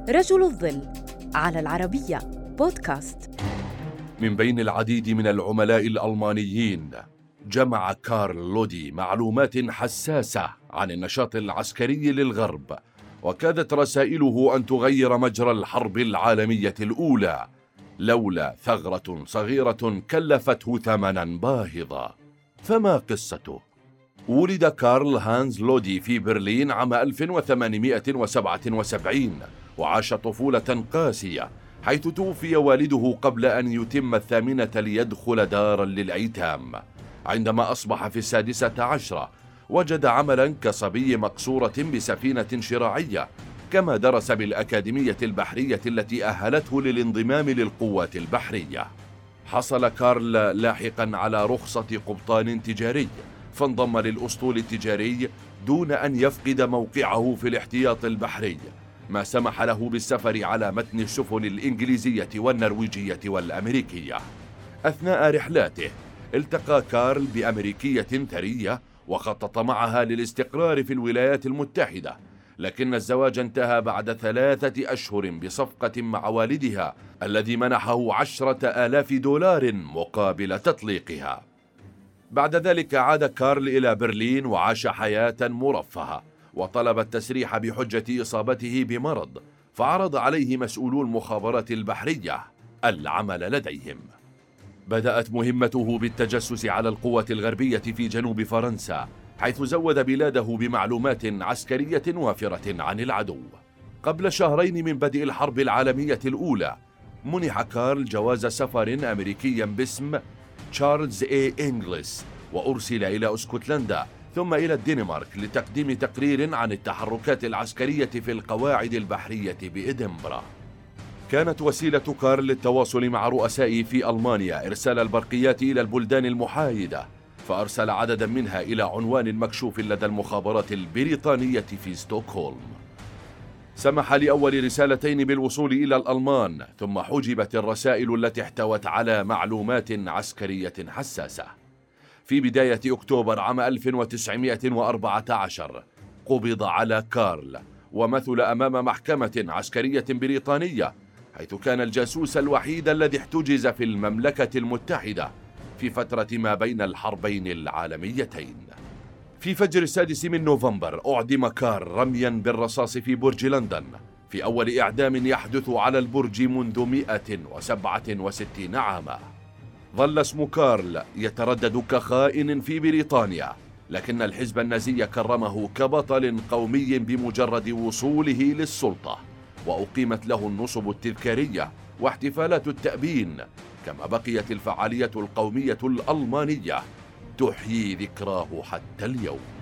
رجل الظل على العربية بودكاست. من بين العديد من العملاء الألمانيين، جمع كارل لودي معلومات حساسة عن النشاط العسكري للغرب، وكادت رسائله أن تغير مجرى الحرب العالمية الأولى لولا ثغرة صغيرة كلفته ثمناً باهظاً. فما قصته؟ ولد كارل هانز لودي في برلين عام 1877، وعاش طفولة قاسية، حيث توفي والده قبل أن يتم 8 ليدخل داراً للأيتام. عندما أصبح في 16 وجد عملاً كصبي مقصورة بسفينة شراعية، كما درس بالأكاديمية البحرية التي أهلته للانضمام للقوات البحرية. حصل كارل لاحقاً على رخصة قبطان تجاري، فانضم للأسطول التجاري دون أن يفقد موقعه في الاحتياط البحري، ما سمح له بالسفر على متن السفن الإنجليزية والنرويجية والأمريكية. أثناء رحلاته التقى كارل بأمريكية ثرية وخطط معها للاستقرار في الولايات المتحدة، لكن الزواج انتهى بعد 3 أشهر بصفقة مع والدها الذي منحه 10,000 دولار مقابل تطليقها. بعد ذلك عاد كارل إلى برلين وعاش حياة مرفهة، وطلب التسريح بحجة إصابته بمرض، فعرض عليه مسؤولو المخابرات البحرية العمل لديهم. بدأت مهمته بالتجسس على القوات الغربية في جنوب فرنسا، حيث زود بلاده بمعلومات عسكرية وافرة عن العدو. قبل شهرين من بدء الحرب العالمية الأولى منح كارل جواز سفر أمريكي باسم تشارلز إنجلس، وأرسل إلى اسكتلندا ثم إلى الدنمارك لتقديم تقرير عن التحركات العسكرية في القواعد البحرية بإدنبرا. كانت وسيلة كارل للتواصل مع رؤسائه في ألمانيا إرسال البرقيات إلى البلدان المحايدة، فأرسل عددا منها إلى عنوان مكشوف لدى المخابرات البريطانية في ستوكهولم. سمح لأول رسالتين بالوصول إلى الألمان، ثم حجبت الرسائل التي احتوت على معلومات عسكرية حساسة. في بداية أكتوبر عام 1914 قبض على كارل ومثل أمام محكمة عسكرية بريطانية، حيث كان الجاسوس الوحيد الذي احتجز في المملكة المتحدة في فترة ما بين الحربين العالميتين. في فجر 6 من نوفمبر أعدم كارل رميا بالرصاص في برج لندن، في أول إعدام يحدث على البرج منذ 167 عاما. ظل اسم كارل يتردد كخائن في بريطانيا، لكن الحزب النازي كرمه كبطل قومي بمجرد وصوله للسلطة، وأقيمت له النصب التذكارية واحتفالات التأبين، كما بقيت الفعالية القومية الألمانية تحيي ذكراه حتى اليوم.